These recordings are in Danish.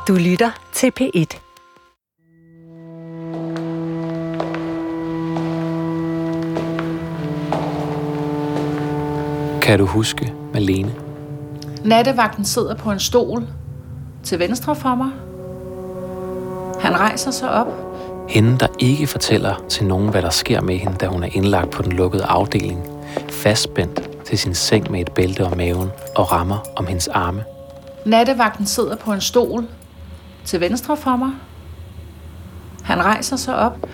Du lytter til P1. Kan du huske Malene? Nattevagten sidder på en stol til venstre for mig. Han rejser sig op. Hende, der ikke fortæller til nogen, hvad der sker med hende, da hun er indlagt på den lukkede afdeling, fastspændt til sin seng med et bælte om maven og rammer om hendes arme. Nattevagten sidder på en stol til venstre for mig. Han rejser sig op.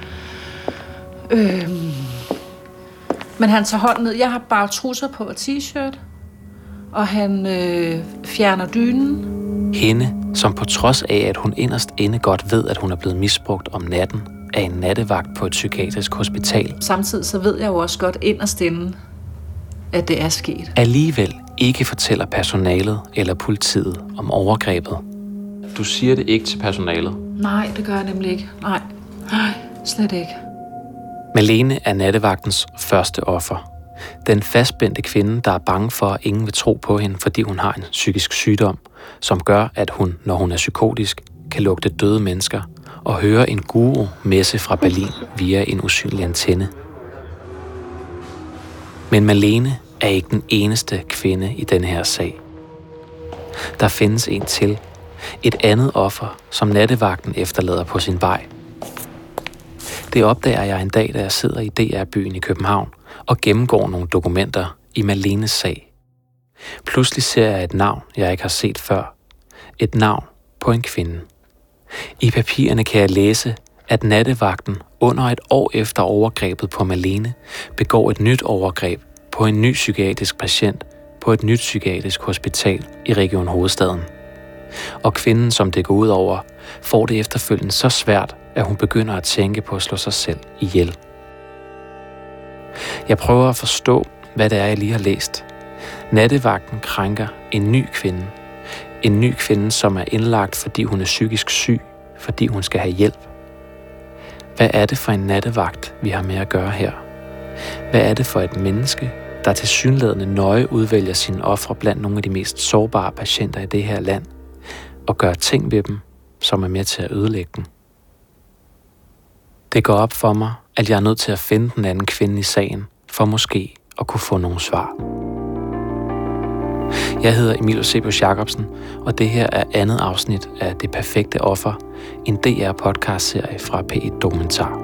Men han tager hånden ned. Jeg har bare trusser på og t-shirt. Og han fjerner dynen. Hende, som på trods af, at hun inderst inde godt ved, at hun er blevet misbrugt om natten af en nattevagt på et psykiatrisk hospital. Samtidig så ved jeg jo også godt inderst inde, at det er sket. Alligevel ikke fortæller personalet eller politiet om overgrebet. Du siger det ikke til personalet? Nej, det gør jeg nemlig ikke. Nej, slet ikke. Malene er nattevagtens første offer. Den fastspændte kvinde, der er bange for, at ingen vil tro på hende, fordi hun har en psykisk sygdom, som gør, at hun, når hun er psykotisk, kan lugte døde mennesker og høre en guru messe fra Berlin via en usynlig antenne. Men Malene er ikke den eneste kvinde i denne her sag. Der findes en til. Et andet offer, som nattevagten efterlader på sin vej. Det opdager jeg en dag, da jeg sidder i DR-byen i København og gennemgår nogle dokumenter i Malenes sag. Pludselig ser jeg et navn, jeg ikke har set før. Et navn på en kvinde. I papirerne kan jeg læse, at nattevagten under et år efter overgrebet på Malene begår et nyt overgreb på en ny psykiatrisk patient på et nyt psykiatrisk hospital i Region Hovedstaden. Og kvinden, som det går ud over, får det efterfølgende så svært, at hun begynder at tænke på at slå sig selv ihjel. Jeg prøver at forstå, hvad det er, jeg lige har læst. Nattevagten krænker en ny kvinde. En ny kvinde, som er indlagt, fordi hun er psykisk syg, fordi hun skal have hjælp. Hvad er det for en nattevagt, vi har med at gøre her? Hvad er det for et menneske, der tilsyneladende nøje udvælger sine ofre blandt nogle af de mest sårbare patienter i det her land, og gør ting ved dem, som er med til at ødelægge dem? Det går op for mig, at jeg er nødt til at finde den anden kvinde i sagen, for måske at kunne få nogle svar. Jeg hedder Emil Eusebius Jacobsen, og det her er andet afsnit af Det Perfekte Offer, en DR-podcast-serie fra P1 Dokumentar.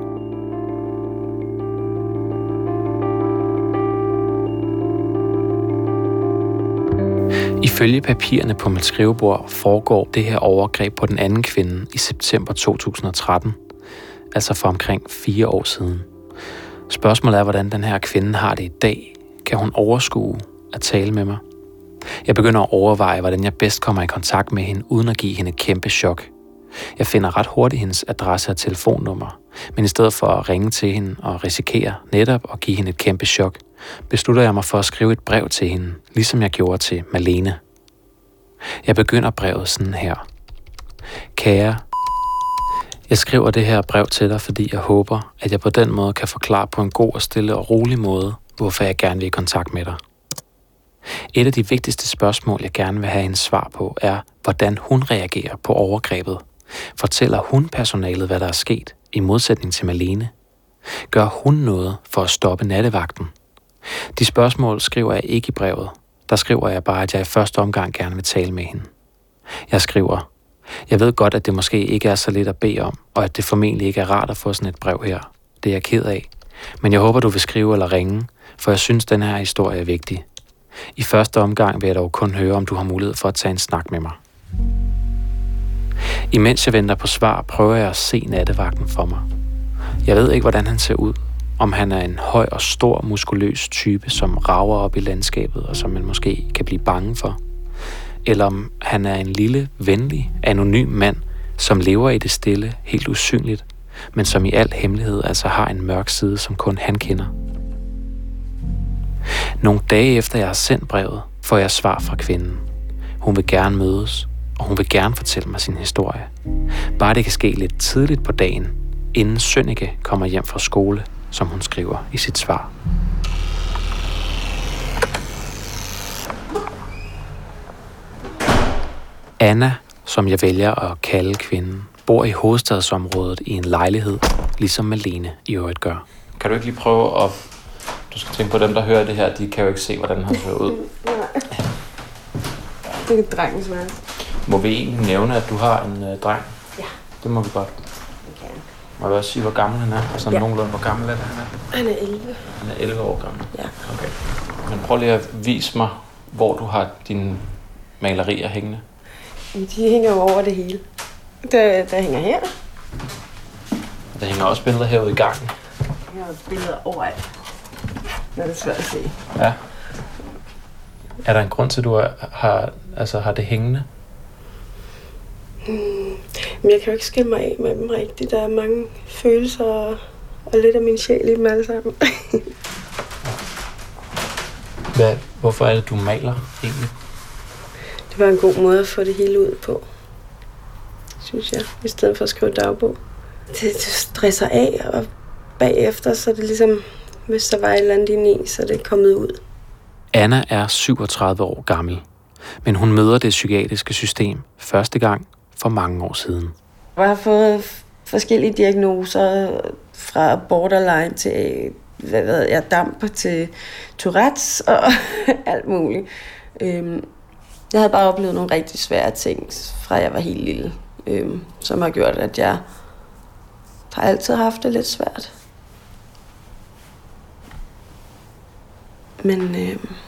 Ifølge papirerne på mit skrivebord foregår det her overgreb på den anden kvinde i september 2013, altså for omkring 4 år siden. Spørgsmålet er, hvordan den her kvinde har det i dag. Kan hun overskue at tale med mig? Jeg begynder at overveje, hvordan jeg bedst kommer i kontakt med hende, uden at give hende et kæmpe chok. Jeg finder ret hurtigt hendes adresse og telefonnummer, men i stedet for at ringe til hende og risikere netop at give hende et kæmpe chok, beslutter jeg mig for at skrive et brev til hende, ligesom jeg gjorde til Malene. Jeg begynder brevet sådan her. Kære, jeg skriver det her brev til dig, fordi jeg håber, at jeg på den måde kan forklare på en god og stille og rolig måde, hvorfor jeg gerne vil i kontakt med dig. Et af de vigtigste spørgsmål, jeg gerne vil have hendes svar på, er, hvordan hun reagerer på overgrebet. Fortæller hun personalet, hvad der er sket, i modsætning til Malene? Gør hun noget for at stoppe nattevagten? De spørgsmål skriver jeg ikke i brevet. Der skriver jeg bare, at jeg i første omgang gerne vil tale med hende. Jeg skriver, jeg ved godt, at det måske ikke er så lidt at bede om, og at det formentlig ikke er rart at få sådan et brev her. Det er jeg ked af. Men jeg håber, du vil skrive eller ringe, for jeg synes, den her historie er vigtig. I første omgang vil jeg dog kun høre, om du har mulighed for at tage en snak med mig. Imens jeg venter på svar, prøver jeg at se nattevagten for mig. Jeg ved ikke, hvordan han ser ud. Om han er en høj og stor, muskuløs type, som rager op i landskabet, og som man måske kan blive bange for. Eller om han er en lille, venlig, anonym mand, som lever i det stille, helt usynligt, men som i al hemmelighed altså har en mørk side, som kun han kender. Nogle dage efter jeg har sendt brevet, får jeg svar fra kvinden. Hun vil gerne mødes, og hun vil gerne fortælle mig sin historie. Bare det kan ske lidt tidligt på dagen, inden Sønneke kommer hjem fra skole, som hun skriver i sit svar. Anna som jeg vælger at kalde kvinden, bor i hovedstadsområdet i en lejlighed, ligesom Malene i øvrigt gør. Kan du ikke lige prøve at... Du skal tænke på dem, der hører det her, de kan jo ikke se, hvordan han ser ud. Nej. Det er en drengens værelse. Må vi egentlig nævne, at du har en dreng? Ja. Det må vi godt. Okay. Må du også sige, hvor gammel han er? Og sådan nogenlunde, hvor gammel er han? Han er 11. Han er 11 år gammel? Ja. Okay. Men prøv lige at vise mig, hvor du har dine malerier hængende. De hænger jo over det hele. Der hænger her. Der hænger også billeder herude i gangen. Der hænger billeder overalt. Når det er svært at se. Ja. Er der en grund til, at du har det hængende? Men jeg kan jo ikke skille mig af med dem rigtigt. Der er mange følelser og lidt af min sjæl i dem alle sammen. Hvorfor er det, du maler egentlig? Det var en god måde at få det hele ud på, synes jeg, i stedet for at skrive dagbog. Det stresser af, og bagefter, så er det ligesom, hvis der var et eller andet indeni, så er det kommet ud. Anna er 37 år gammel, men hun møder det psykiatriske system første gang for mange år siden. Jeg har fået forskellige diagnoser, fra borderline til damp til Tourettes og alt muligt. Jeg havde bare oplevet nogle rigtig svære ting, fra jeg var helt lille, som har gjort, at jeg har altid haft det lidt svært. Men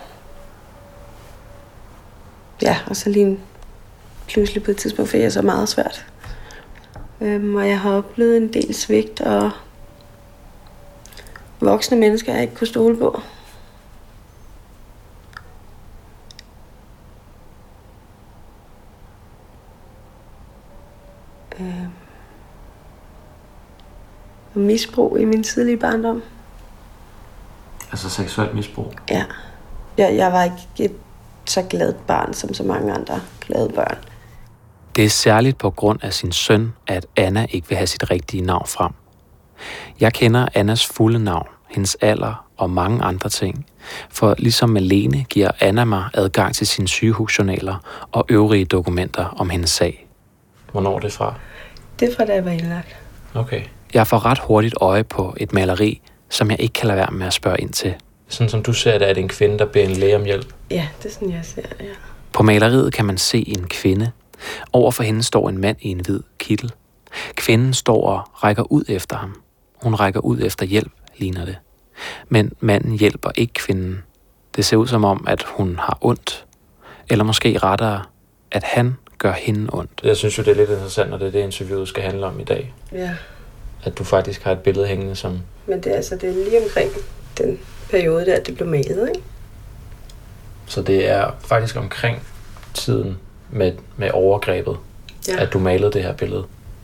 og så lige pludselig på et tidspunkt fik jeg så meget svært. Og jeg har oplevet en del svigt og voksne mennesker, jeg ikke kunne stole på. Og misbrug i min tidlige barndom. Altså seksuelt misbrug? Ja. Jeg var ikke et så glad barn som så mange andre glade børn. Det er særligt på grund af sin søn, at Anna ikke vil have sit rigtige navn frem. Jeg kender Annas fulde navn, hendes alder og mange andre ting. For ligesom Malene giver Anna mig adgang til sine sygehusjournaler og øvrige dokumenter om hendes sag. Hvornår er det fra? Det er fra, da jeg var indlagt. Okay. Jeg får ret hurtigt øje på et maleri, som jeg ikke kan lade være med at spørge ind til. Sådan som du ser det, er det en kvinde, der beder en læge om hjælp? Ja, det er sådan, jeg ser det, ja. På maleriet kan man se en kvinde. Overfor hende står en mand i en hvid kittel. Kvinden står og rækker ud efter ham. Hun rækker ud efter hjælp, ligner det. Men manden hjælper ikke kvinden. Det ser ud som om, at hun har ondt. Eller måske rettere, at han gør hende ondt. Jeg synes jo, det er lidt interessant, når det er det, interviewet skal handle om i dag. Ja. At du faktisk har et billede hængende som... Men det er lige omkring den periode, der det blev malet, ikke? Så det er faktisk omkring tiden med overgrebet, at du malede det her billede.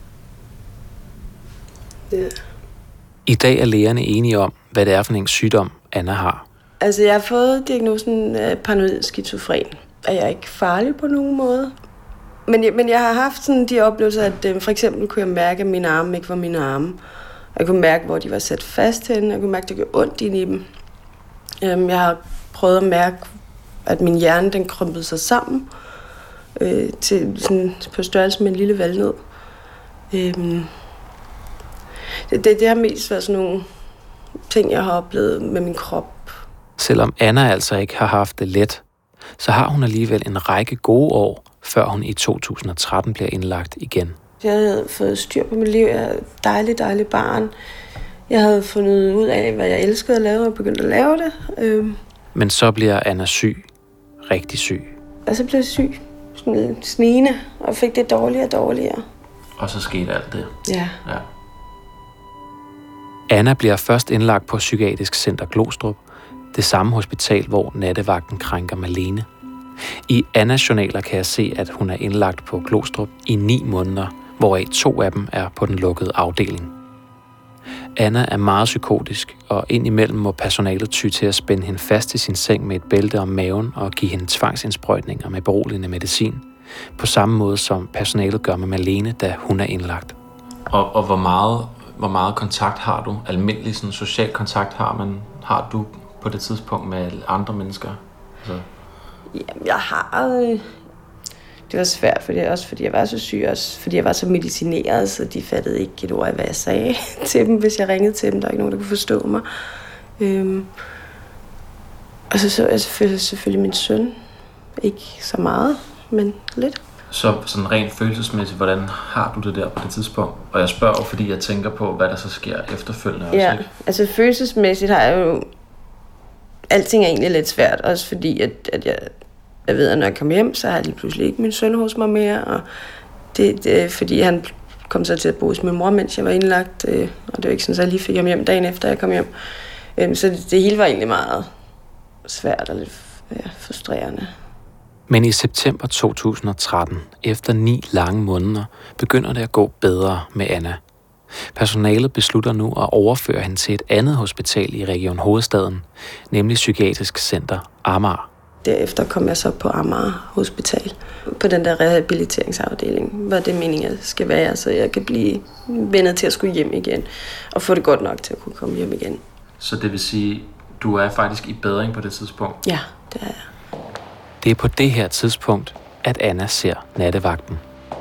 Ja. I dag er lægerne enige om, hvad det er for en sygdom, Anna har. Altså, jeg har fået diagnosen paranoid skizofren. Er jeg ikke farlig på nogen måde? Men jeg har haft sådan de oplevelser, at for eksempel kunne jeg mærke, at mine arme ikke var mine arme. Jeg kunne mærke, hvor de var sat fast henne. Jeg kunne mærke, at det gjorde ondt inde i dem. Jeg har prøvet at mærke, at min hjerne den krympede sig sammen til sådan på størrelse med en lille valnød. Det har mest været sådan nogle ting, jeg har oplevet med min krop. Selvom Anna altså ikke har haft det let, så har hun alligevel en række gode år, før hun i 2013 bliver indlagt igen. Jeg havde fået styr på mit liv. Jeg er et dejligt barn. Jeg havde fundet ud af, hvad jeg elskede at lave, og begyndte at lave det. Men så bliver Anna syg. Rigtig syg. Og så blev jeg syg. Sådan snigende, og fik det dårligere og dårligere. Og så skete alt det. Ja. Anna bliver først indlagt på Psykiatrisk Center Glostrup, det samme hospital, hvor nattevagten krænker Malene. I Annas journaler kan jeg se, at hun er indlagt på Glostrup i 9 måneder, hvoraf 2 af dem er på den lukkede afdeling. Anna er meget psykotisk, og indimellem må personalet ty til at spænde hende fast i sin seng med et bælte om maven og give hende tvangsindsprøjtninger med beroligende medicin, på samme måde som personalet gør med Malene, da hun er indlagt. Og hvor meget kontakt har du? Almindelig sådan social kontakt har du på det tidspunkt med andre mennesker? Altså. Jamen, jeg har... Det var svært, fordi jeg var så syg, også fordi jeg var så medicineret, så de fattede ikke et ord af, hvad jeg sagde til dem, hvis jeg ringede til dem. Der var ikke nogen, der kunne forstå mig. Og så jeg selvfølgelig min søn. Ikke så meget, men lidt. Så sådan rent følelsesmæssigt, hvordan har du det der på det tidspunkt? Og jeg spørger, fordi jeg tænker på, hvad der så sker efterfølgende også, ikke? Altså følelsesmæssigt har jeg jo... Alting er egentlig lidt svært, også fordi at jeg ved, at når jeg kommer hjem, så har jeg lige pludselig ikke min søn hos mig mere, og det fordi han kom så til at bo hos min mor, mens jeg var indlagt, og det var ikke sådan, at jeg lige fik ham hjem dagen efter, jeg kom hjem. Så det hele var egentlig meget svært og lidt frustrerende. Men i september 2013, efter 9 lange måneder, begynder det at gå bedre med Anna. Personalet beslutter nu at overføre hende til et andet hospital i Region Hovedstaden, nemlig Psykiatrisk Center Amager. Derefter kom jeg så på Amager Hospital, på den der rehabiliteringsafdeling, hvor det meningen jeg skal være, så jeg kan blive vendet til at skulle hjem igen, og få det godt nok til at kunne komme hjem igen. Så det vil sige, du er faktisk i bedring på det tidspunkt? Ja, det er jeg. Det er på det her tidspunkt, at Anna ser nattevagten.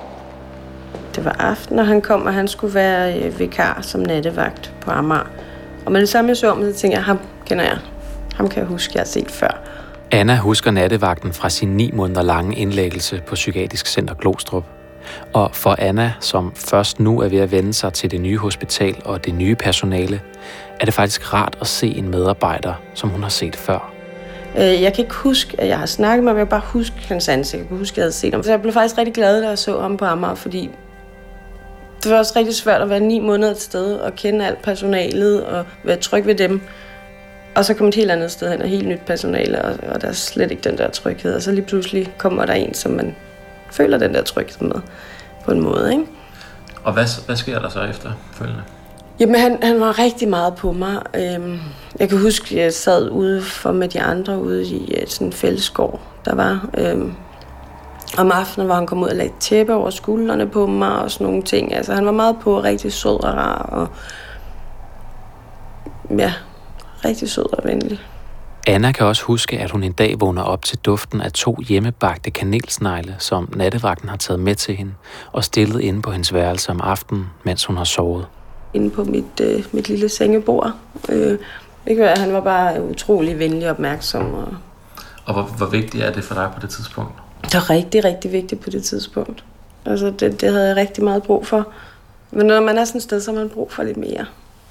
Det var aften, og han kom, og han skulle være vikar som nattevagt på Amager. Og med det samme jeg så om, så tænkte jeg, ham kender jeg. Ham kan jeg huske, jeg har set før. Anna husker nattevagten fra sin 9 måneder lange indlæggelse på Psykiatrisk Center Glostrup. Og for Anna, som først nu er ved at vende sig til det nye hospital og det nye personale, er det faktisk rart at se en medarbejder, som hun har set før. Jeg kan ikke huske, at jeg har snakket med ham, jeg kan bare huske hans ansigt. Jeg kan huske, at jeg havde set ham. Så jeg blev faktisk rigtig glad, da jeg så ham på Amager, fordi det var også rigtig svært at være 9 måneder et sted og kende alt personalet og være tryg ved dem. Og så kom et helt andet sted hen og helt nyt personale, og der er slet ikke den der tryghed. Og så lige pludselig kommer der en, som man føler den der tryghed med på en måde, ikke? Og hvad sker der så efterfølgende? Jamen, han var rigtig meget på mig. Jeg kan huske, at jeg sad ude for med de andre ude i sådan en fællesgård, der var. Om aftenen, hvor han kom ud og lagde tæppe over skuldrene på mig og sådan nogle ting. Altså, han var meget på, rigtig sød og rar, og ja, rigtig sød og venlig. Anna kan også huske, at hun en dag vågner op til duften af 2 hjemmebagte kanelsnegle, som nattevagten har taget med til hende og stillet inde på hendes værelse om aftenen, mens hun har sovet. Inde på mit lille sengebord. Det kan være, at han var bare utrolig venlig og opmærksom. Og hvor vigtigt er det for dig på det tidspunkt? Det var rigtig, rigtig vigtigt på det tidspunkt. Altså, det havde jeg rigtig meget brug for. Men når man er sådan et sted, så har man brug for lidt mere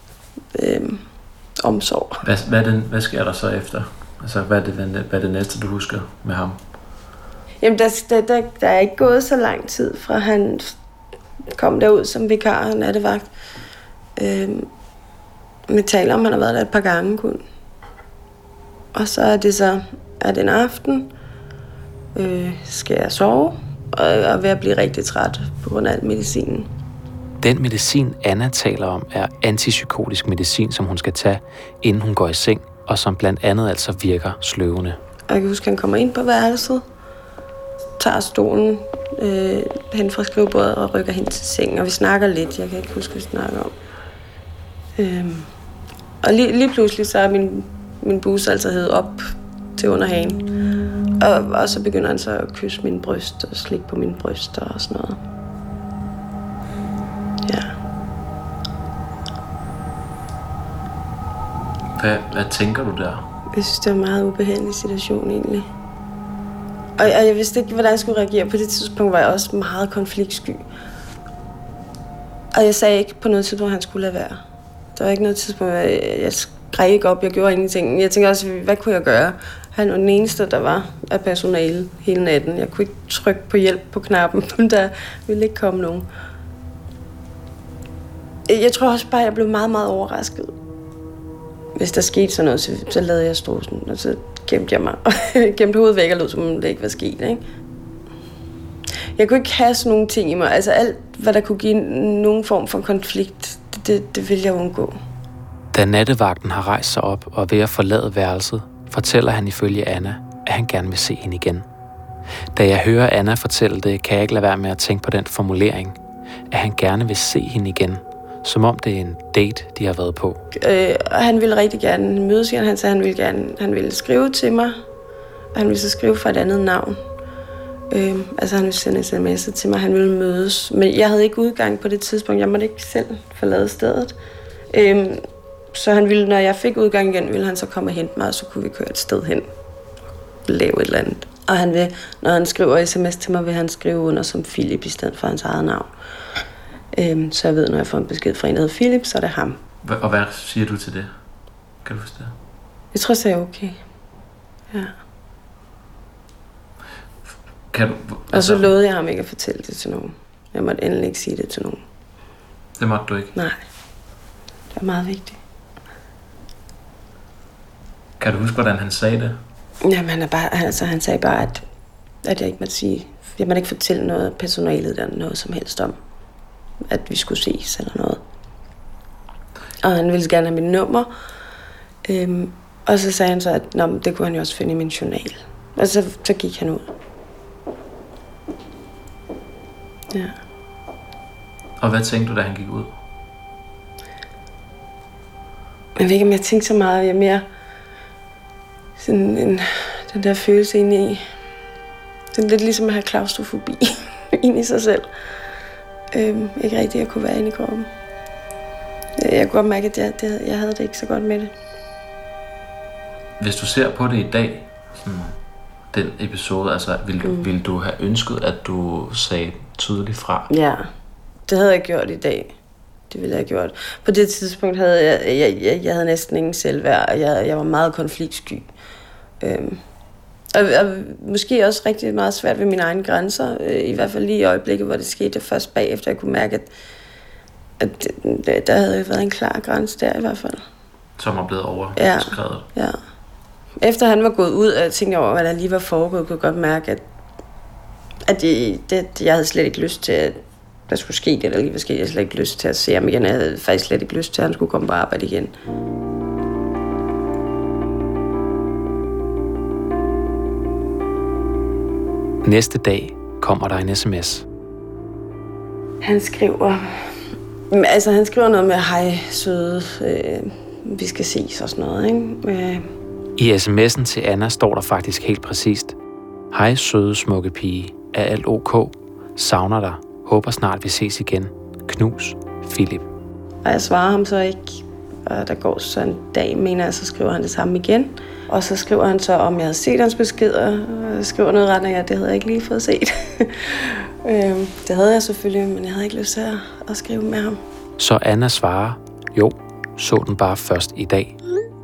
omsorg. Hvad sker der så efter? Altså, hvad er det næste, du husker med ham? Jamen, der er ikke gået så lang tid, fra han kom derud som vikar og nattevagt. Vi taler om, han har været der et par gange kun. Og så er det en aften, skal jeg sove, og ved at blive rigtig træt på grund af al medicinen. Den medicin, Anna taler om, er antipsykotisk medicin, som hun skal tage, inden hun går i seng, og som blandt andet altså virker sløvende. Jeg kan huske, at han kommer ind på værelset, tager stolen hen fra skrivebordet og rykker hen til sengen, og vi snakker lidt. Jeg kan ikke huske, hvad vi snakker om. Og lige pludselig så er min buse altså hævet op til under hagen. Og så begynder han så at kysse min bryst og slikke på mine bryster og sådan noget. Ja. Hvad tænker du der? Jeg synes, det var en meget ubehagelig situation egentlig. Og jeg vidste ikke, hvordan jeg skulle reagere. På det tidspunkt var jeg også meget konfliktsky. Og jeg sagde ikke på noget tidspunkt, at han skulle lade være. Der var ikke noget tidspunkt, jeg skreg ikke op, jeg gjorde ingenting. Jeg tænkte også, hvad kunne jeg gøre? Han var den eneste, der var af personale hele natten. Jeg kunne ikke trykke på hjælp på knappen, men der ville ikke komme nogen. Jeg tror også bare, at jeg blev meget, meget overrasket. Hvis der skete sådan noget, så lavede jeg stå sådan, og så gemte jeg mig. Gemte hovedet væk og lød, som om det ikke var sket, ikke? Jeg kunne ikke have sådan nogle ting i mig. Altså alt, hvad der kunne give nogen form for konflikt, det ville jeg undgå. Da nattevagten har rejst sig op og ved at forlade værelset, fortæller han ifølge Anna, at han gerne vil se hende igen. Da jeg hører Anna fortælle det, kan jeg ikke lade være med at tænke på den formulering, at han gerne vil se hende igen, som om det er en date, de har været på. Han ville rigtig gerne mødes igen. Han sagde, han ville skrive til mig. Han ville så skrive for et andet navn. Altså han ville sende sms'er til mig, han ville mødes. Men jeg havde ikke udgang på det tidspunkt, jeg måtte ikke selv forlade stedet. Så han ville, når jeg fik udgang igen, ville han så komme og hente mig, og så kunne vi køre et sted hen. Lave et eller andet. Og han vil, når han skriver sms til mig, vil han skrive under som Philip i stedet for hans eget navn. Så jeg ved, når jeg får en besked fra en, der hedder Philip, så er det ham. Og hvad siger du til det? Kan du huske det? Jeg tror, det er okay. Ja. Kan du, altså... Og så lovede jeg ham ikke at fortælle det til nogen. Jeg måtte endelig ikke sige det til nogen. Det måtte du ikke? Nej. Det var meget vigtigt. Kan du huske, hvordan han sagde det? Jamen, han sagde bare, at jeg ikke måtte sige... Jeg måtte ikke fortælle noget personalet der, noget som helst om, at vi skulle ses eller noget. Og han ville gerne have mit nummer. Og så sagde han så, at det kunne han jo også finde i min journal. Og så gik han ud. Ja. Og hvad tænkte du, da han gik ud? Jeg ved ikke, om jeg tænkte så meget. Jeg er mere sådan den der følelse inde i. Det er lidt ligesom at have klaustrofobi inde i sig selv. Ikke rigtig at kunne være inde i kroppen. Jeg kunne godt mærke, at jeg havde det ikke så godt med det. Hvis du ser på det i dag, den episode, altså ville du have ønsket, at du sagde tydeligt fra? Ja, det havde jeg gjort i dag. Det ville jeg have gjort. På det tidspunkt havde jeg havde næsten ingen selvværd, og jeg var meget konfliktsky. Og måske også rigtig meget svært ved mine egne grænser. I hvert fald lige i øjeblikket, hvor det skete først bagefter, jeg kunne mærke, at der havde været en klar grænse der i hvert fald. Som var blevet overskrevet? Ja. Efter han var gået ud, og jeg tænkte over, hvad der lige var foregået, kunne jeg godt mærke, at jeg havde slet ikke lyst til, at der skulle ske det, der lige var sket. Jeg havde slet ikke lyst til at se ham igen. Jeg havde faktisk slet ikke lyst til, at han skulle komme på arbejde igen. Næste dag kommer der en sms. Han skriver noget med, hej søde, vi skal ses og sådan noget, ikke? I sms'en til Anna står der faktisk helt præcist: hej søde smukke pige, er alt ok? Savner dig. Håber snart vi ses igen. Knus, Philip. Og jeg svarer ham så ikke, og der går så en dag, mener jeg, så skriver han det samme igen. Og så skriver han så, om jeg havde set hans beskeder, og skriver noget retning af, det havde jeg ikke lige fået set. Det havde jeg selvfølgelig, men jeg havde ikke lyst til at skrive med ham. Så Anna svarer, jo, så den bare først i dag.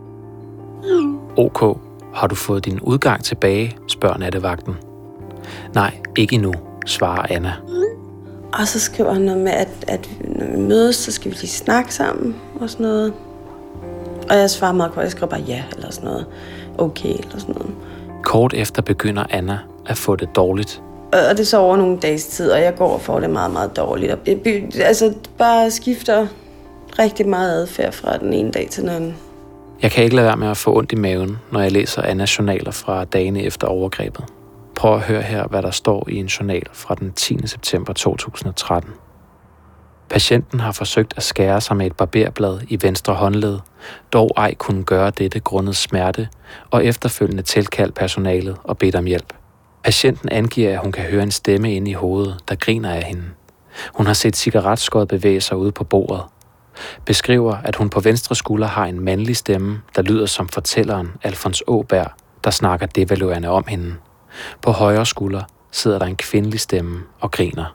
Ok, har du fået din udgang tilbage, spørger nattevagten. Nej, ikke endnu, svarer Anna. Og så skriver han noget med, at når vi mødes, så skal vi lige snakke sammen og sådan noget. Og jeg svarer meget kort, jeg skriver bare ja, eller sådan noget. Okay, eller sådan noget. Kort efter begynder Anna at få det dårligt. Og det er så over nogle dages tid, og jeg går og får det meget, meget dårligt. Og jeg bare skifter rigtig meget adfærd fra den ene dag til den anden. Jeg kan ikke lade være med at få ondt i maven, når jeg læser Annas journaler fra dagene efter overgrebet. Prøv at høre her, hvad der står i en journal fra den 10. september 2013. Patienten har forsøgt at skære sig med et barberblad i venstre håndled, dog ej kunne gøre dette grundet smerte, og efterfølgende tilkaldt personalet og bedt om hjælp. Patienten angiver, at hun kan høre en stemme inde i hovedet, der griner af hende. Hun har set cigaretskåret bevæge sig ude på bordet. Beskriver, at hun på venstre skulder har en mandlig stemme, der lyder som fortælleren Alfons Åberg, der snakker devaluerende om hende. På højre skulder sidder der en kvindelig stemme og griner.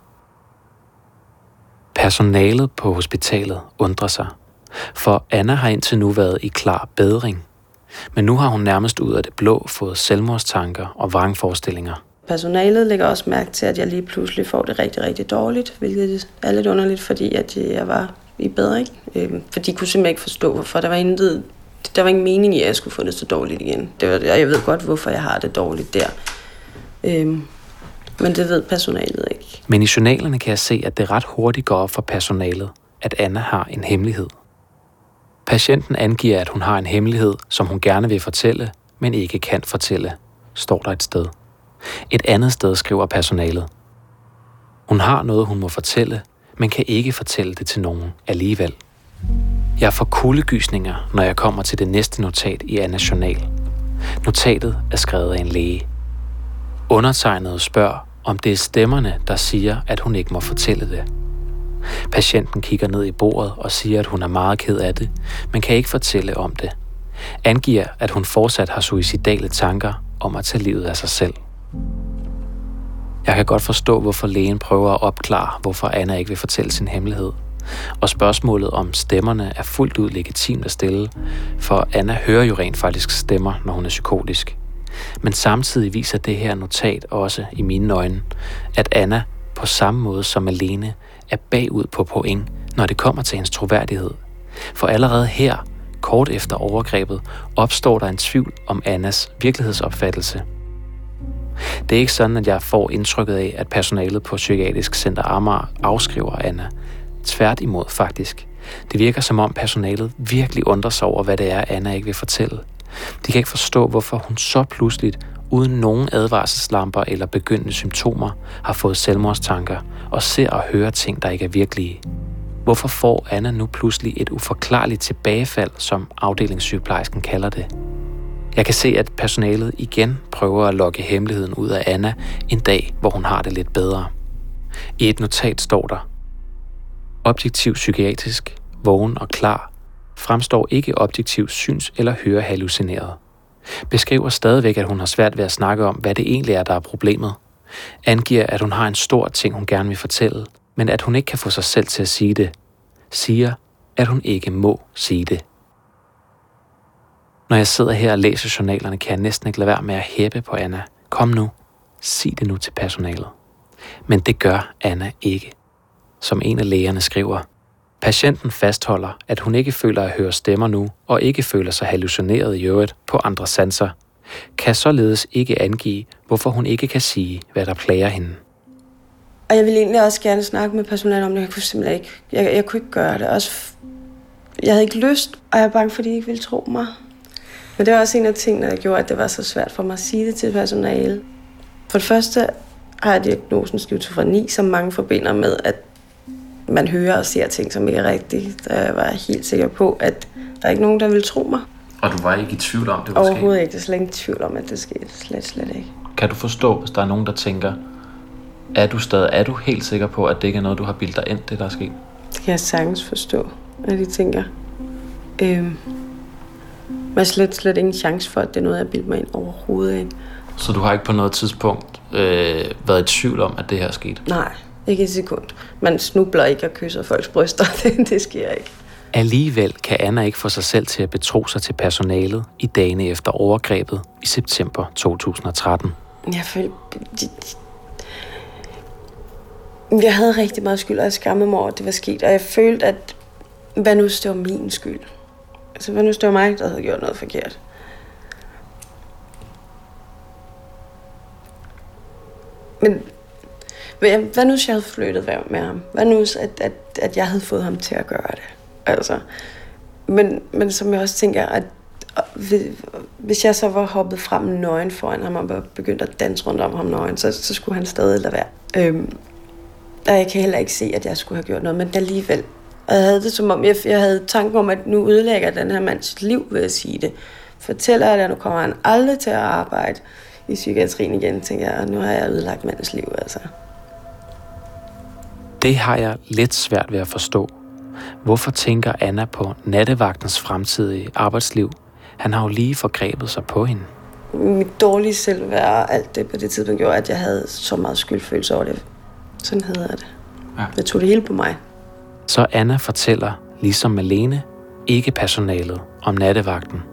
Personalet på hospitalet undrer sig, for Anna har indtil nu været i klar bedring. Men nu har hun nærmest ud af det blå fået selvmordstanker og vrangforestillinger. Personalet lægger også mærke til, at jeg lige pludselig får det rigtig, rigtig dårligt, hvilket er lidt underligt, fordi at jeg var i bedring. For de kunne simpelthen ikke forstå, hvorfor der var ingen mening i, at jeg skulle få det så dårligt igen. Jeg ved godt, hvorfor jeg har det dårligt der. Men det ved personalet ikke. Men i journalerne kan jeg se, at det ret hurtigt går op for personalet, at Anna har en hemmelighed. Patienten angiver, at hun har en hemmelighed, som hun gerne vil fortælle, men ikke kan fortælle, står der et sted. Et andet sted skriver personalet: hun har noget, hun må fortælle, men kan ikke fortælle det til nogen alligevel. Jeg får kuldegysninger, når jeg kommer til det næste notat i Annas journal. Notatet er skrevet af en læge. Undertegnede spørger, om det er stemmerne, der siger, at hun ikke må fortælle det. Patienten kigger ned i bordet og siger, at hun er meget ked af det, men kan ikke fortælle om det. Angiver, at hun fortsat har suicidale tanker om at tage livet af sig selv. Jeg kan godt forstå, hvorfor lægen prøver at opklare, hvorfor Anna ikke vil fortælle sin hemmelighed. Og spørgsmålet om stemmerne er fuldt ud legitimt at stille, for Anna hører jo rent faktisk stemmer, når hun er psykotisk. Men samtidig viser det her notat også i mine øjne, at Anna på samme måde som Malene er bagud på point, når det kommer til hendes troværdighed. For allerede her, kort efter overgrebet, opstår der en tvivl om Annas virkelighedsopfattelse. Det er ikke sådan, at jeg får indtrykket af, at personalet på Psykiatrisk Center Amager afskriver Anna. Tværtimod faktisk. Det virker som om personalet virkelig undrer sig over, hvad det er, Anna ikke vil fortælle. De kan ikke forstå, hvorfor hun så pludseligt, uden nogen advarselslamper eller begyndende symptomer, har fået selvmordstanker og ser og hører ting, der ikke er virkelige. Hvorfor får Anna nu pludselig et uforklarligt tilbagefald, som afdelingssygeplejersken kalder det? Jeg kan se, at personalet igen prøver at lokke hemmeligheden ud af Anna en dag, hvor hun har det lidt bedre. I et notat står der: objektiv psykiatrisk, vågen og klar, fremstår ikke objektiv syns- eller hørehallucineret. Beskriver stadigvæk, at hun har svært ved at snakke om, hvad det egentlig er, der er problemet. Angiver, at hun har en stor ting, hun gerne vil fortælle, men at hun ikke kan få sig selv til at sige det. Siger, at hun ikke må sige det. Når jeg sidder her og læser journalerne, kan jeg næsten ikke lade være med at hæppe på Anna. Kom nu, sig det nu til personalet. Men det gør Anna ikke. Som en af lægerne skriver: patienten fastholder, at hun ikke føler at høre stemmer nu, og ikke føler sig hallucineret i øvrigt på andre sanser. Kan således ikke angive, hvorfor hun ikke kan sige, hvad der plager hende. Og jeg ville egentlig også gerne snakke med personalet om det. Jeg kunne simpelthen ikke. Jeg kunne ikke gøre det. Også, jeg havde ikke lyst, og jeg er bange for, at de ikke ville tro mig. Men det var også en af tingene, der gjorde, at det var så svært for mig at sige det til personalet. For det første har jeg diagnosen skizofreni, som mange forbinder med, at man hører og ser ting, som ikke er rigtige. Der var jeg helt sikker på, at der er ikke nogen, der ville tro mig. Og du var ikke i tvivl om, det var sket? Overhovedet ikke. Det er slet ikke i tvivl om, at det skete. Slet ikke. Kan du forstå, hvis der er nogen, der tænker, er du helt sikker på, at det ikke er noget, du har bildt dig ind, det der er sket? Det kan jeg sagtens forstå, at de tænker. Men jeg slet ingen chance for, at det er noget, jeg bilder mig ind overhovedet ikke. Så du har ikke på noget tidspunkt været i tvivl om, at det her er sket? Nej, ikke et sekund. Man snubler ikke og kysser folks bryster. Det sker ikke. Alligevel kan Anna ikke få sig selv til at betro sig til personalet i dagene efter overgrebet i september 2013. Jeg følte... Jeg havde rigtig meget skyld, og jeg skammede mig over, at det var sket. Og jeg følte, at hvad nu, det var min skyld? Altså, hvad nu, det var mig, der havde gjort noget forkert? Men hvad nu, hvis jeg havde flyttet med ham? Hvad nu, at jeg havde fået ham til at gøre det? Altså, men som jeg også tænker, at hvis jeg så var hoppet frem nøgen foran ham og var begyndt at danse rundt om ham nøgen, så skulle han stadig lade være. Og jeg kan heller ikke se, at jeg skulle have gjort noget, men alligevel. Og jeg havde det som om, jeg havde tanken om, at nu ødelægger den her mands liv ved at sige det. Fortæller jeg det, at nu kommer han aldrig til at arbejde i psykiatrien igen, tænker jeg, og nu har jeg ødelagt mandens liv, altså. Det har jeg lidt svært ved at forstå. Hvorfor tænker Anna på nattevagtens fremtidige arbejdsliv? Han har jo lige forgrebet sig på hende. Mit dårlige selvværd og alt det på det tidspunkt gjorde, at jeg havde så meget skyldfølelse over det. Sådan hedder det. Ja. Jeg tog det hele på mig. Så Anna fortæller, ligesom Malene, ikke personalet om nattevagten.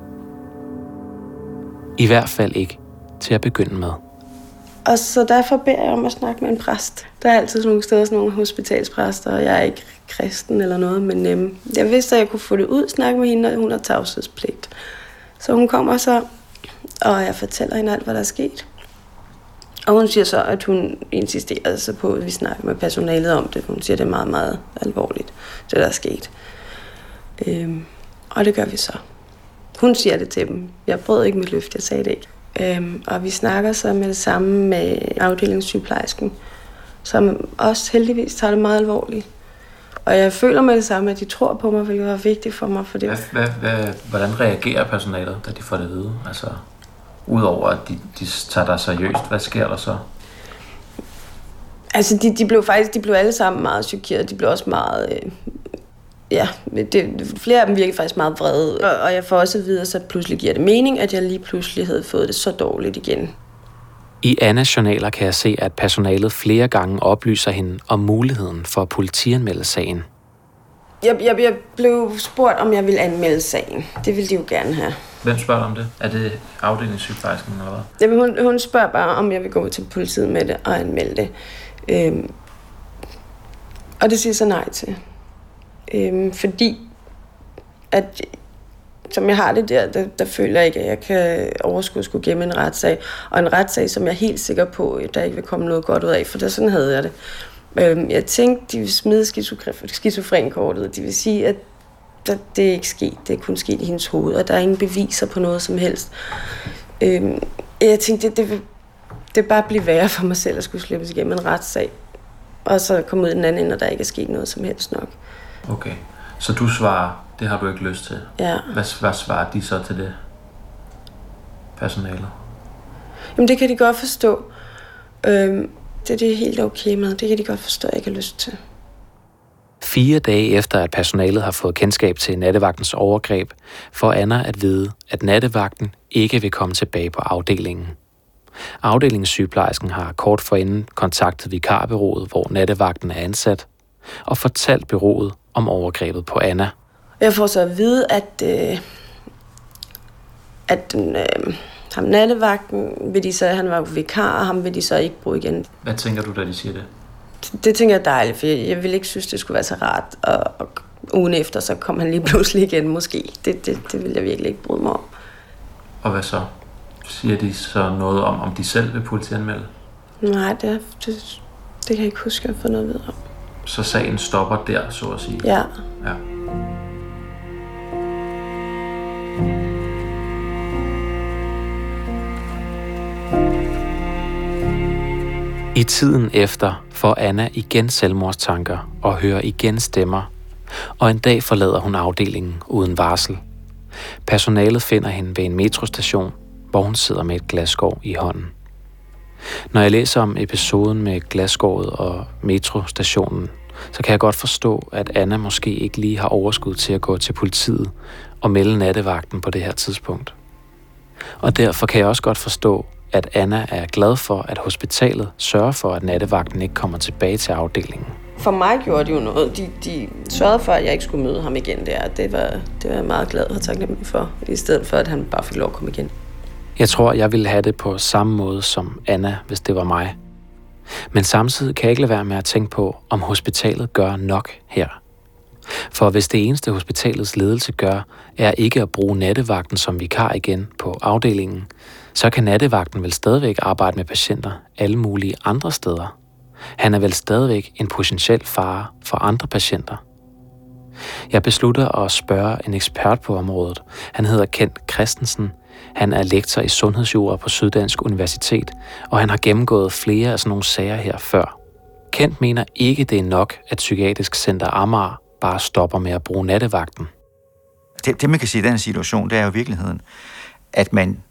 I hvert fald ikke til at begynde med. Og så derfor beder jeg om at snakke med en præst. Der er altid nogle steder sådan nogle hospitalspræster, og jeg er ikke kristen eller noget, men jeg vidste, at jeg kunne få det ud, snakke med hende, og hun har tavshedspligt. Så hun kommer så, og jeg fortæller hende alt, hvad der er sket. Og hun siger så, at hun insisterer så på, at vi snakker med personalet om det. Hun siger, at det er meget, meget alvorligt, det der er sket. Og det gør vi så. Hun siger det til dem. Jeg brød ikke mit løfte, jeg sagde det ikke. Og vi snakker så med det samme med afdelingssygeplejersken, som også heldigvis tager det meget alvorligt. Og jeg føler med det samme, at de tror på mig, hvilket var vigtigt for mig. For det. Hvordan reagerer personalet, da de får det at vide? Altså, udover at de tager dig seriøst, hvad sker der så? Altså, de blev alle sammen meget chokeret. De blev også meget... flere af dem virkede faktisk meget vrede. Og jeg får også at vide, at så pludselig giver det mening, at jeg lige pludselig havde fået det så dårligt igen. I Annas journaler kan jeg se, at personalet flere gange oplyser hende om muligheden for at politianmelde sagen. Jeg blev spurgt, om jeg ville anmelde sagen. Det ville de jo gerne have. Hvem spørger om det? Er det afdelingssygeplejersken eller hvad? Jamen, hun spørger bare, om jeg vil gå til politiet med det og anmelde det. Og det siger så nej til. Fordi, at som jeg har det der føler jeg ikke, at jeg kan overskue skulle gemme en retssag. Og en retssag, som jeg er helt sikker på, der ikke vil komme noget godt ud af, for sådan havde jeg det. Jeg tænkte, de vil smide skizofrenkortet. Det vil sige, at det er ikke sket. Det er kun sket i hendes hoved, og der er ingen beviser på noget som helst. Jeg tænkte, det bare blive værre for mig selv at skulle slippes igennem en retssag. Og så komme ud i den anden ende, og der ikke er sket noget som helst nok. Okay, så du svarer, det har du ikke lyst til. Ja. Hvad svarer de så til det? Personalet? Jamen, det kan de godt forstå. Det er helt okay med. Det kan de godt forstå, at jeg ikke har lyst til. 4 dage efter, at personalet har fået kendskab til nattevagtens overgreb, får Anna at vide, at nattevagten ikke vil komme tilbage på afdelingen. Afdelingssygeplejersken har kort forinden kontaktet vikarbureauet, hvor nattevagten er ansat, og fortalt bureauet om overgrebet på Anna. Jeg får så at vide, at ham nattevagten, vil de så, han var vikar, og ham vil de så ikke bruge igen. Hvad tænker du, da de siger det? Det tænker jeg er dejligt, for jeg ville ikke synes, det skulle være så rart. Og ugen efter, så kom han lige pludselig igen måske. Det ville jeg virkelig ikke bryde mig om. Og hvad så? Siger de så noget om de selv vil politianmelde? Nej, det kan jeg ikke huske, at jeg har fået noget videre om. Så sagen stopper der, så at sige? Ja. I tiden efter får Anna igen selvmordstanker og hører igen stemmer, og en dag forlader hun afdelingen uden varsel. Personalet finder hende ved en metrostation, hvor hun sidder med et glasskår i hånden. Når jeg læser om episoden med glasskåret og metrostationen, så kan jeg godt forstå, at Anna måske ikke lige har overskud til at gå til politiet og melde nattevagten på det her tidspunkt. Og derfor kan jeg også godt forstå, at Anna er glad for, at hospitalet sørger for, at nattevagten ikke kommer tilbage til afdelingen. For mig gjorde de jo noget. De sørgede for, at jeg ikke skulle møde ham igen der. Det var jeg meget glad og taknemmelig for, i stedet for, at han bare fik lov at komme igen. Jeg tror, jeg ville have det på samme måde som Anna, hvis det var mig. Men samtidig kan jeg ikke lade være med at tænke på, om hospitalet gør nok her. For hvis det eneste hospitalets ledelse gør, er ikke at bruge nattevagten som vikar igen på afdelingen, så kan nattevagten vel stadigvæk arbejde med patienter alle mulige andre steder. Han er vel stadigvæk en potentiel fare for andre patienter. Jeg beslutter at spørge en ekspert på området. Han hedder Kent Christensen. Han er lektor i sundhedsjura på Syddansk Universitet, og han har gennemgået flere af sådan nogle sager her før. Kent mener ikke, det er nok, at Psykiatrisk Center Amager bare stopper med at bruge nattevagten. Det man kan sige i den situation, det er jo i virkeligheden, at man,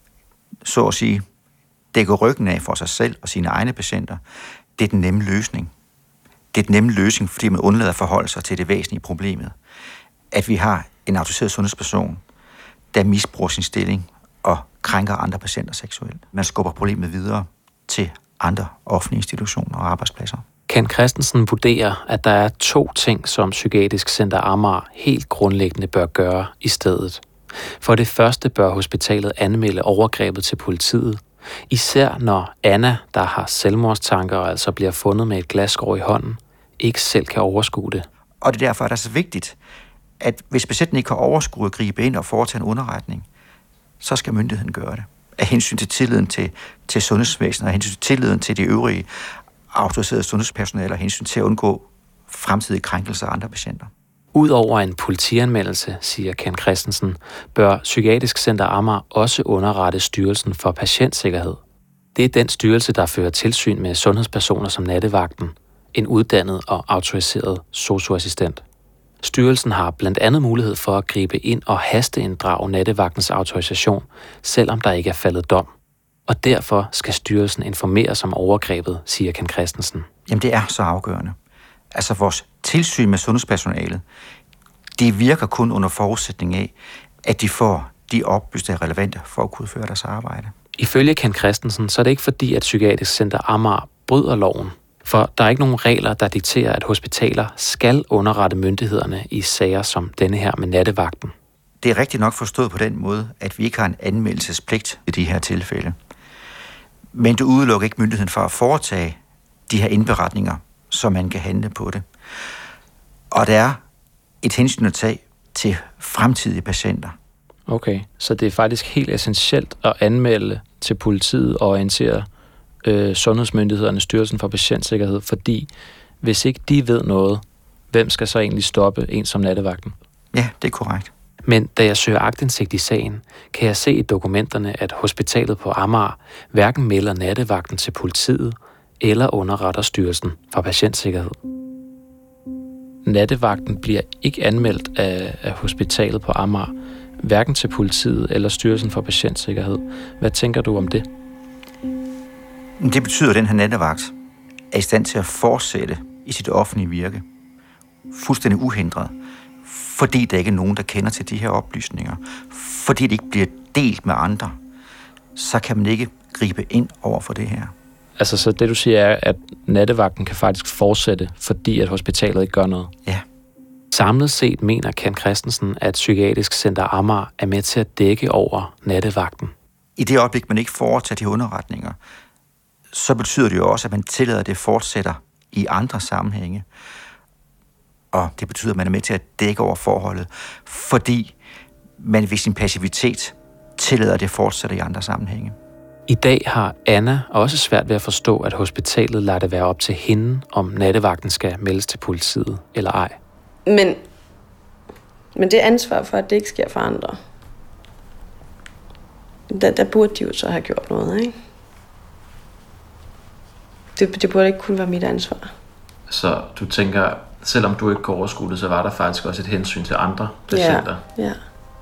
så at sige, dækker ryggen af for sig selv og sine egne patienter. Det er den nemme løsning. Det er den nemme løsning, fordi man undlader at forholde sig til det væsentlige problemet. At vi har en autoriseret sundhedsperson, der misbruger sin stilling og krænker andre patienter seksuelt. Man skubber problemet videre til andre offentlige institutioner og arbejdspladser. Kent Christensen vurderer, at der er 2 ting, som Psykiatrisk Center Amager helt grundlæggende bør gøre i stedet. For det første bør hospitalet anmelde overgrebet til politiet, især når Anna, der har selvmordstanker og altså bliver fundet med et glasskår i hånden, ikke selv kan overskue det. Og det er derfor, at det er så vigtigt, at hvis patienten ikke kan overskue at gribe ind og foretage en underretning, så skal myndigheden gøre det. Af hensyn til tilliden til sundhedsvæsenet, af hensyn til tilliden til de øvrige autoriserede sundhedspersonale, og hensyn til at undgå fremtidige krænkelser af andre patienter. Udover en politianmeldelse, siger Ken Christensen, bør Psykiatrisk Center Amager også underrette Styrelsen for Patientsikkerhed. Det er den styrelse, der fører tilsyn med sundhedspersoner som nattevagten, en uddannet og autoriseret sosu-assistent. Styrelsen har blandt andet mulighed for at gribe ind og hasteinddrage nattevagtens autorisation, selvom der ikke er faldet dom. og derfor skal styrelsen informeres om overgrebet, siger Ken Christensen. Jamen det er så afgørende. Altså vores tilsyn med sundhedspersonalet, det virker kun under forudsætning af, at de får de oplysninger, der er relevante for at kunne udføre deres arbejde. Ifølge Ken Christensen, så er det ikke fordi, at Psykiatrisk Center Amager bryder loven. For der er ikke nogen regler, der dikterer, at hospitaler skal underrette myndighederne i sager som denne her med nattevagten. Det er rigtigt nok forstået på den måde, at vi ikke har en anmeldelsespligt i de her tilfælde. Men det udelukker ikke myndigheden for at foretage de her indberetninger, så man kan handle på det. Og der er et hensyn at tage til fremtidige patienter. Okay, så det er faktisk helt essentielt at anmelde til politiet og orientere sundhedsmyndighederne, Styrelsen for Patientsikkerhed, fordi hvis ikke de ved noget, hvem skal så egentlig stoppe en som nattevagten? Ja, det er korrekt. Men da jeg søger aktindsigt i sagen, kan jeg se i dokumenterne, at hospitalet på Amager hverken melder nattevagten til politiet eller underretter Styrelsen for Patientsikkerhed. Nattevagten bliver ikke anmeldt af hospitalet på Amager, hverken til politiet eller Styrelsen for Patientsikkerhed. Hvad tænker du om det? Det betyder, at den her nattevagt er i stand til at fortsætte i sit offentlige virke, fuldstændig uhindret, fordi der ikke er nogen, der kender til de her oplysninger, fordi det ikke bliver delt med andre, så kan man ikke gribe ind over for det her. Altså, så det du siger er, at nattevagten kan faktisk fortsætte, fordi at hospitalet ikke gør noget? Ja. Samlet set mener Ken Christensen, at Psykiatrisk Center Amager er med til at dække over nattevagten. I det øjeblik, man ikke foretager de underretninger, så betyder det jo også, at man tillader, at det fortsætter i andre sammenhænge. Og det betyder, at man er med til at dække over forholdet, fordi man ved sin passivitet tillader, at det fortsætter i andre sammenhænge. I dag har Anna også svært ved at forstå, at hospitalet lader det være op til hende, om nattevagten skal meldes til politiet eller ej. Men det er ansvar for, at det ikke sker for andre. Der burde de jo så have gjort noget, ikke? Det burde ikke kun være mit ansvar. Så du tænker, selvom du ikke går overskue det, så var der faktisk også et hensyn til andre patienter? Ja.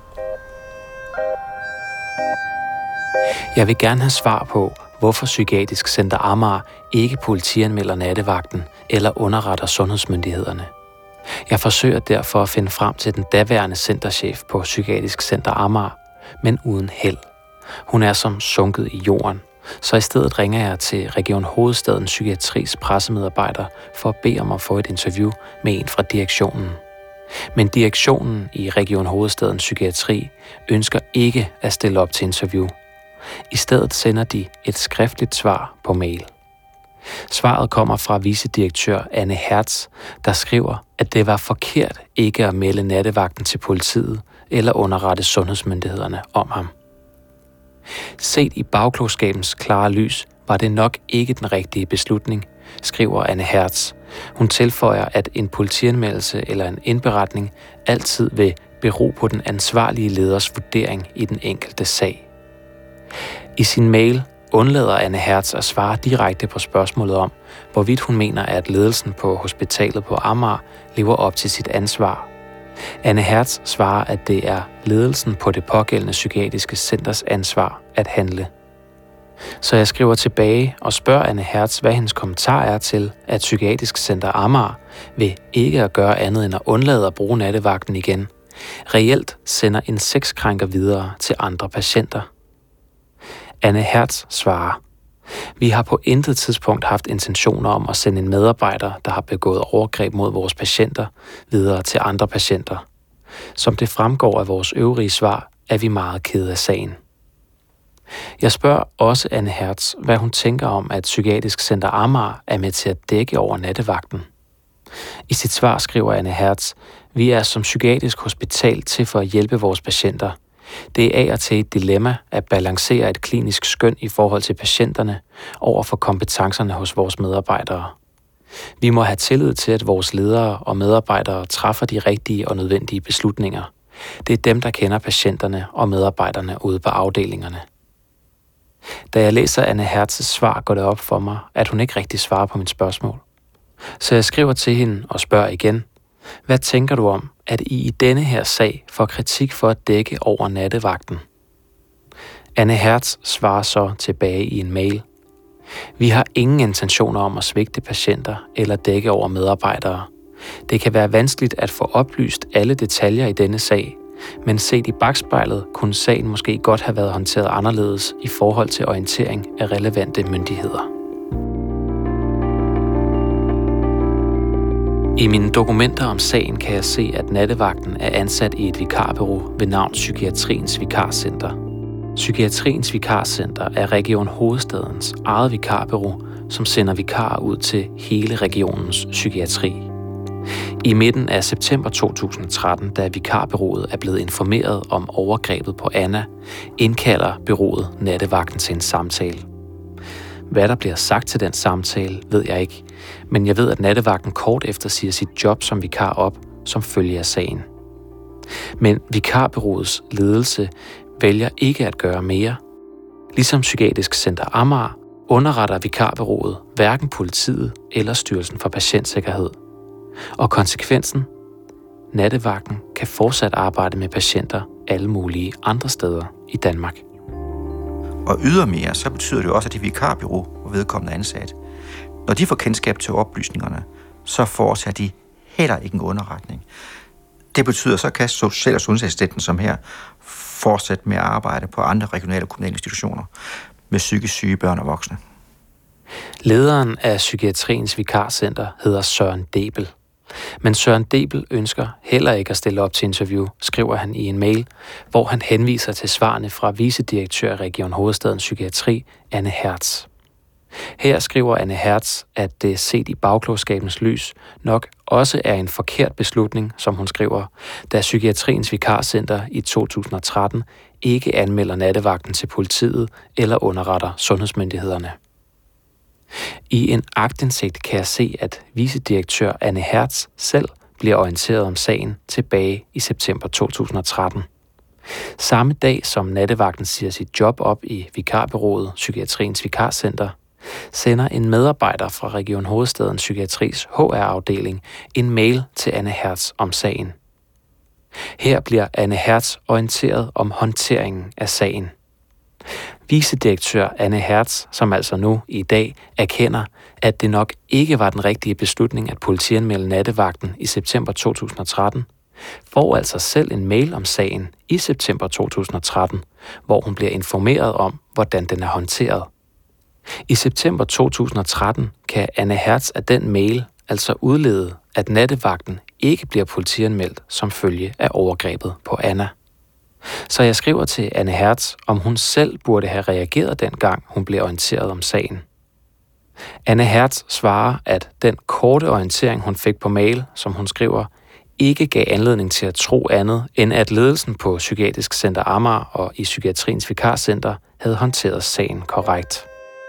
Jeg vil gerne have svar på, hvorfor Psykiatrisk Center Amager ikke politianmelder nattevagten eller underretter sundhedsmyndighederne. Jeg forsøger derfor at finde frem til den daværende centerchef på Psykiatrisk Center Amager, men uden held. Hun er som sunket i jorden, så i stedet ringer jeg til Region Hovedstaden Psykiatris pressemedarbejder for at bede om at få et interview med en fra direktionen. Men direktionen i Region Hovedstaden Psykiatri ønsker ikke at stille op til interview. I stedet sender de et skriftligt svar på mail. Svaret kommer fra vicedirektør Anne Hertz, der skriver, at det var forkert ikke at melde nattevagten til politiet eller underrette sundhedsmyndighederne om ham. Set i bagklogskabens klare lys var det nok ikke den rigtige beslutning, skriver Anne Hertz. Hun tilføjer, at en politianmeldelse eller en indberetning altid vil bero på den ansvarlige leders vurdering i den enkelte sag. I sin mail undlader Anne Hertz at svare direkte på spørgsmålet om, hvorvidt hun mener, at ledelsen på hospitalet på Amager lever op til sit ansvar. Anne Hertz svarer, at det er ledelsen på det pågældende psykiatriske centers ansvar at handle. Så jeg skriver tilbage og spørger Anne Hertz, hvad hendes kommentar er til, at Psykiatrisk Center Amager ved ikke at gøre andet end at undlade at bruge nattevagten igen, reelt sender en sexkrænker videre til andre patienter. Anne Hertz svarer: Vi har på intet tidspunkt haft intentioner om at sende en medarbejder, der har begået overgreb mod vores patienter, videre til andre patienter. Som det fremgår af vores øvrige svar, er vi meget kede af sagen. Jeg spørger også Anne Hertz, hvad hun tænker om, at Psykiatrisk Center Amager er med til at dække over nattevagten. I sit svar skriver Anne Hertz: Vi er som psykiatrisk hospital til for at hjælpe vores patienter. Det er af og til et dilemma at balancere et klinisk skøn i forhold til patienterne over for kompetencerne hos vores medarbejdere. Vi må have tillid til, at vores ledere og medarbejdere træffer de rigtige og nødvendige beslutninger. Det er dem, der kender patienterne og medarbejderne ude på afdelingerne. Da jeg læser Anne Hertz's svar, går det op for mig, at hun ikke rigtig svarer på mit spørgsmål. Så jeg skriver til hende og spørger igen: Hvad tænker du om, at I denne her sag får kritik for at dække over nattevagten? Anne Hertz svarer så tilbage i en mail. Vi har ingen intentioner om at svigte patienter eller dække over medarbejdere. Det kan være vanskeligt at få oplyst alle detaljer i denne sag, men set i bakspejlet kunne sagen måske godt have været håndteret anderledes i forhold til orientering af relevante myndigheder. I mine dokumenter om sagen kan jeg se, at nattevagten er ansat i et vikarbureau ved navn Psykiatriens Vikarcenter. Psykiatriens Vikarcenter er Region Hovedstadens eget vikarbureau, som sender vikarer ud til hele regionens psykiatri. I midten af september 2013, da vikarbureauet er blevet informeret om overgrebet på Anna, indkalder bureauet nattevagten til en samtale. Hvad der bliver sagt til den samtale, ved jeg ikke, men jeg ved, at nattevagten kort efter siger sit job som vikar op, som følge af sagen. Men vikarbureauets ledelse vælger ikke at gøre mere. Ligesom Psykiatrisk Center Amager underretter vikarbureauet hverken politiet eller Styrelsen for Patientsikkerhed. Og konsekvensen? Nattevagten kan fortsat arbejde med patienter alle mulige andre steder i Danmark. Og ydermere, så betyder det jo også, at det vikarbureau, hvor vedkommende er ansat, når de får kendskab til oplysningerne, så fortsætter de heller ikke en underretning. Det betyder, så kan social- og sundhedsassistenten som her fortsætte med at arbejde på andre regionale og kommunale institutioner med psykisk syge børn og voksne. Lederen af Psykiatriens Vikarcenter hedder Søren Debel. Men Søren Debel ønsker heller ikke at stille op til interview, skriver han i en mail, hvor han henviser til svarene fra vicedirektør af Region Hovedstadens Psykiatri, Anne Hertz. Her skriver Anne Hertz, at det set i bagklogskabens lys nok også er en forkert beslutning, som hun skriver, da Psykiatriens Vikarcenter i 2013 ikke anmelder nattevagten til politiet eller underretter sundhedsmyndighederne. I en aktindsigt kan jeg se, at vicedirektør Anne Hertz selv bliver orienteret om sagen tilbage i september 2013. Samme dag som nattevagten siger sit job op i vikarbureauet Psykiatriens Vikarcenter, sender en medarbejder fra Region Hovedstadens Psykiatris HR-afdeling en mail til Anne Hertz om sagen. Her bliver Anne Hertz orienteret om håndteringen af sagen. Vicedirektør Anne Hertz, som altså nu i dag erkender, at det nok ikke var den rigtige beslutning at politianmelde nattevagten i september 2013, får altså selv en mail om sagen i september 2013, hvor hun bliver informeret om, hvordan den er håndteret. I september 2013 kan Anne Hertz af den mail altså udlede, at nattevagten ikke bliver politianmeldt som følge af overgrebet på Anna. Så jeg skriver til Anne Hertz, om hun selv burde have reageret dengang, hun blev orienteret om sagen. Anne Hertz svarer, at den korte orientering, hun fik på mail, som hun skriver, ikke gav anledning til at tro andet, end at ledelsen på Psykiatrisk Center Amager og i Psykiatriens Vikarcenter havde håndteret sagen korrekt.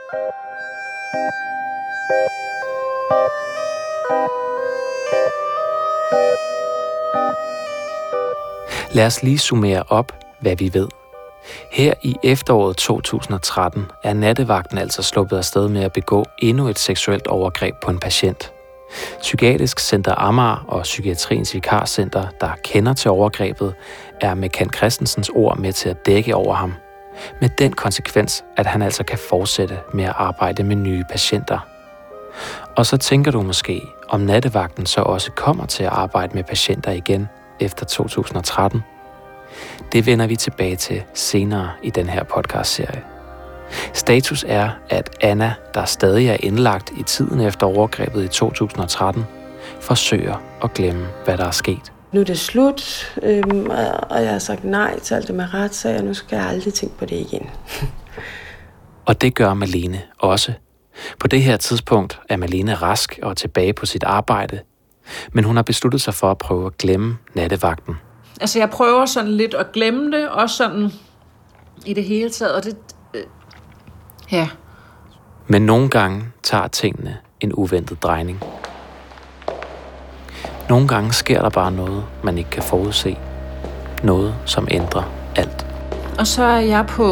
Lad os lige summere op, hvad vi ved. Her i efteråret 2013 er nattevagten altså sluppet afsted med at begå endnu et seksuelt overgreb på en patient. Psykiatrisk Center Amager og Psykiatriens Vikarcenter, der kender til overgrebet, er med Kent Christensens ord med til at dække over ham. Med den konsekvens, at han altså kan fortsætte med at arbejde med nye patienter. Og så tænker du måske, om nattevagten så også kommer til at arbejde med patienter igen efter 2013. Det vender vi tilbage til senere i den her podcastserie. Status er, at Anna, der stadig er indlagt i tiden efter overgrebet i 2013, forsøger at glemme, hvad der er sket. Nu er det slut, og jeg har sagt nej til alt det med retssag, og nu skal jeg aldrig tænke på det igen. Og det gør Malene også. På det her tidspunkt er Malene rask og tilbage på sit arbejde, men hun har besluttet sig for at prøve at glemme nattevagten. Altså jeg prøver sådan lidt at glemme det, også sådan i det hele taget, og det... ja. Men nogle gange tager tingene en uventet drejning. Nogle gange sker der bare noget, man ikke kan forudse. Noget, som ændrer alt. Og så er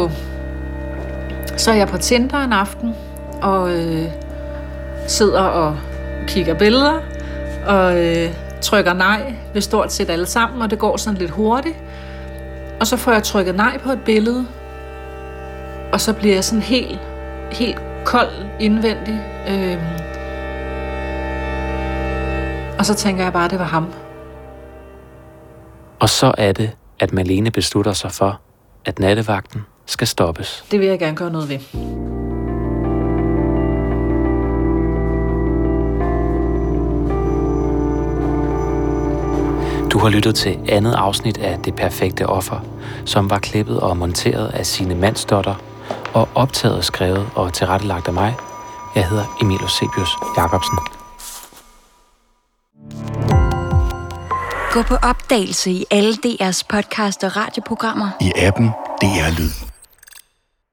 jeg på Tinder en aften, og sidder og kigger billeder, og trykker nej ved stort set alle sammen, og det går sådan lidt hurtigt. Og så får jeg trykket nej på et billede, Og så bliver jeg sådan helt kold indvendig. Og så tænker jeg bare, at det var ham. Og så er det, at Malene beslutter sig for, at nattevagten skal stoppes. Det vil jeg gerne gøre noget ved. Du har lyttet til andet afsnit af Det Perfekte Offer, som var klippet og monteret af Signe Mandsdotter og optaget, skrevet og tilrettelagt af mig. Jeg hedder Emil Eusebius Jacobsen. Gå på opdagelse i alle DR's podcast og radioprogrammer. I appen DR Lyd.